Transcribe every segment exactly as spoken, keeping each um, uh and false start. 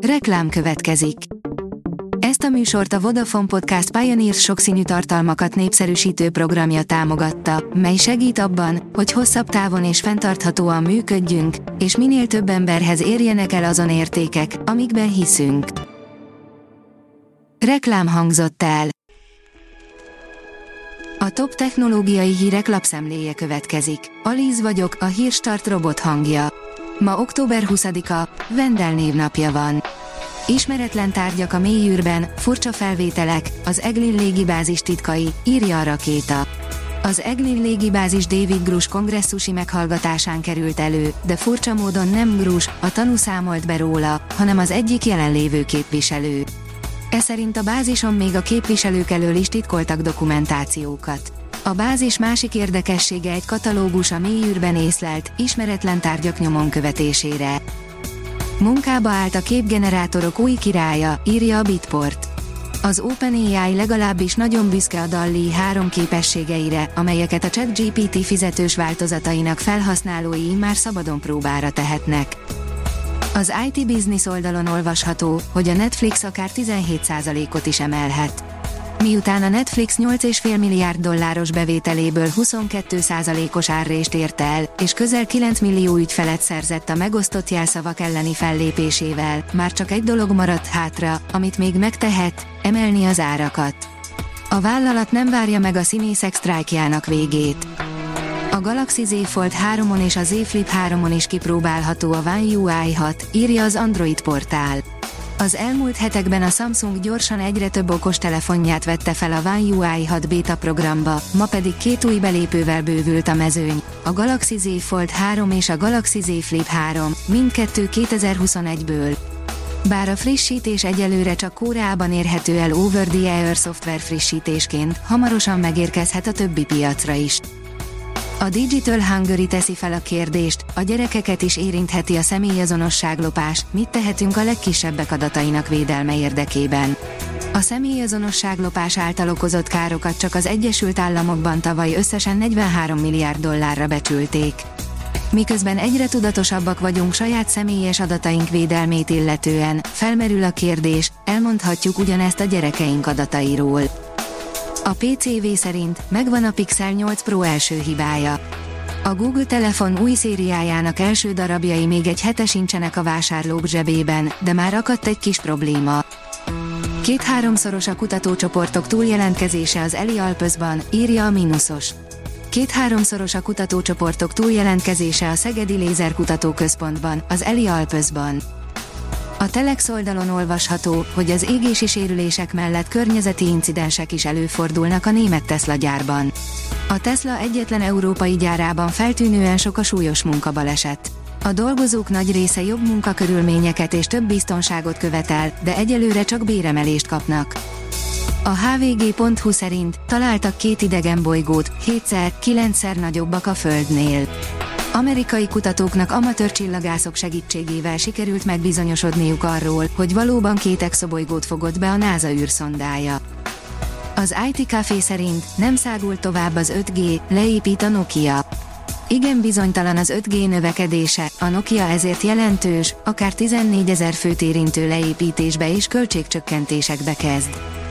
Reklám következik. Ezt a műsort a Vodafone Podcast Pioneers sokszínű tartalmakat népszerűsítő programja támogatta, mely segít abban, hogy hosszabb távon és fenntarthatóan működjünk, és minél több emberhez érjenek el azon értékek, amikben hiszünk. Reklám hangzott el. A top technológiai hírek lapszemléje következik. Alíz vagyok, a Hírstart robot hangja. Ma október huszadika, Vendel névnapja van. Ismeretlen tárgyak a mélyűrben, furcsa felvételek, az Eglin légibázis titkai, írja a Rakéta. Az Eglin légibázis David Grush kongresszusi meghallgatásán került elő, de furcsa módon nem Grush, a tanú számolt be róla, hanem az egyik jelenlévő képviselő. E szerint a bázison még a képviselők elől is titkoltak dokumentációkat. A bázis másik érdekessége egy katalógus a mélyűrben észlelt, ismeretlen tárgyak nyomon követésére. Munkába állt a képgenerátorok új királya, írja a Bitport. Az OpenAI legalábbis nagyon büszke a DALL-E három képességeire, amelyeket a ChatGPT fizetős változatainak felhasználói már szabadon próbára tehetnek. Az i té Business oldalon olvasható, hogy a Netflix akár tizenhét százalékot is emelhet. Miután a Netflix nyolc egész öt milliárd dolláros bevételéből huszonkettő százalékos árrést ért el, és közel kilenc millió ügyfelet szerzett a megosztott jelszavak elleni fellépésével, már csak egy dolog maradt hátra, amit még megtehet, emelni az árakat. A vállalat nem várja meg a színészek sztrájkjának végét. A Galaxy Z Fold háromon és a Z Flip háromon is kipróbálható a One U I hat, írja az Android portál. Az elmúlt hetekben a Samsung gyorsan egyre több okostelefonját vette fel a One U I hat beta programba, ma pedig két új belépővel bővült a mezőny, a Galaxy Z Fold három és a Galaxy Z Flip három, mindkettő kétezer-huszonegyből. Bár a frissítés egyelőre csak Koreában érhető el over the air szoftver frissítésként, hamarosan megérkezhet a többi piacra is. A Digital Hungary teszi fel a kérdést, a gyerekeket is érintheti a személyazonosságlopás, mit tehetünk a legkisebbek adatainak védelme érdekében. A személyazonosságlopás által okozott károkat csak az Egyesült Államokban tavaly összesen negyvenhárom milliárd dollárra becsülték. Miközben egyre tudatosabbak vagyunk saját személyes adataink védelmét illetően, felmerül a kérdés, elmondhatjuk ugyanezt a gyerekeink adatairól. A pé cé vé szerint megvan a Pixel nyolc Pro első hibája. A Google telefon új szériájának első darabjai még egy hete sincsenek a vásárlók zsebében, de már akadt egy kis probléma. Két-háromszoros a kutatócsoportok túljelentkezése az Eli Alpesban, írja a Minusos. Két-háromszoros a kutatócsoportok túljelentkezése a Szegedi Lézerkutatóközpontban, az Eli Alpesban. A Telex oldalon olvasható, hogy az égési sérülések mellett környezeti incidensek is előfordulnak a német Tesla gyárban. A Tesla egyetlen európai gyárában feltűnően sok a súlyos munkabaleset. A dolgozók nagy része jobb munkakörülményeket és több biztonságot követel, de egyelőre csak béremelést kapnak. A há vé gé pont hu szerint találtak két idegen bolygót, hétszer, kilencszer nagyobbak a Földnél. Amerikai kutatóknak amatőr csillagászok segítségével sikerült megbizonyosodniuk arról, hogy valóban két exobolygót fogott be a NASA űrszondája. Az i té Café szerint nem szágult tovább az öt gé, leépít a Nokia. Igen bizonytalan az öt gé növekedése, a Nokia ezért jelentős, akár tizennégyezer főt érintő leépítésbe és költségcsökkentésekbe kezd.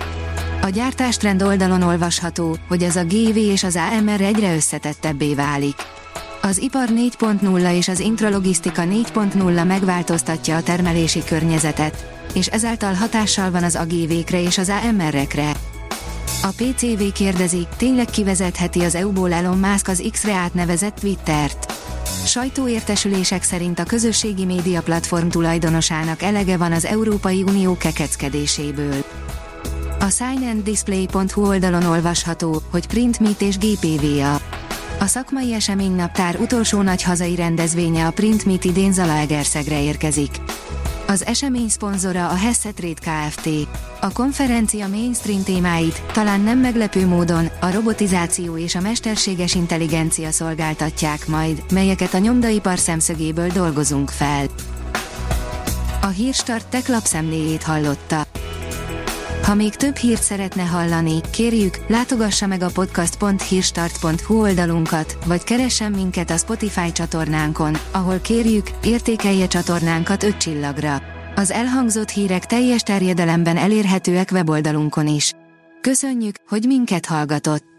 A gyártástrend oldalon olvasható, hogy az a gé vé és az á em er egyre összetettebbé válik. Az ipar négy pont nulla és az intralogisztika négy pont nulla megváltoztatja a termelési környezetet, és ezáltal hatással van az á gé vékre és az á em er-ekre. A pé cé vé kérdezi, tényleg kivezetheti az é u-ból Elon Musk az X-re átnevezett Twittert. Sajtóértesülések szerint a közösségi média platform tulajdonosának elege van az Európai Unió kekeckedéséből. A signanddisplay pont hu oldalon olvasható, hogy Printmeet és gé pé vé á. A szakmai eseménynaptár utolsó nagy hazai rendezvénye a Printmeet idén Zalaegerszegre érkezik. Az esemény szponzora a Hessetrade Kft. A konferencia mainstream témáit, talán nem meglepő módon, a robotizáció és a mesterséges intelligencia szolgáltatják majd, melyeket a nyomdaipar szemszögéből dolgozunk fel. A Hírstart Tech lapszemléjét hallotta. Ha még több hírt szeretne hallani, kérjük, látogassa meg a podcast pont hírstart pont hu oldalunkat, vagy keressen minket a Spotify csatornánkon, ahol kérjük, értékelje csatornánkat öt csillagra. Az elhangzott hírek teljes terjedelemben elérhetőek weboldalunkon is. Köszönjük, hogy minket hallgatott!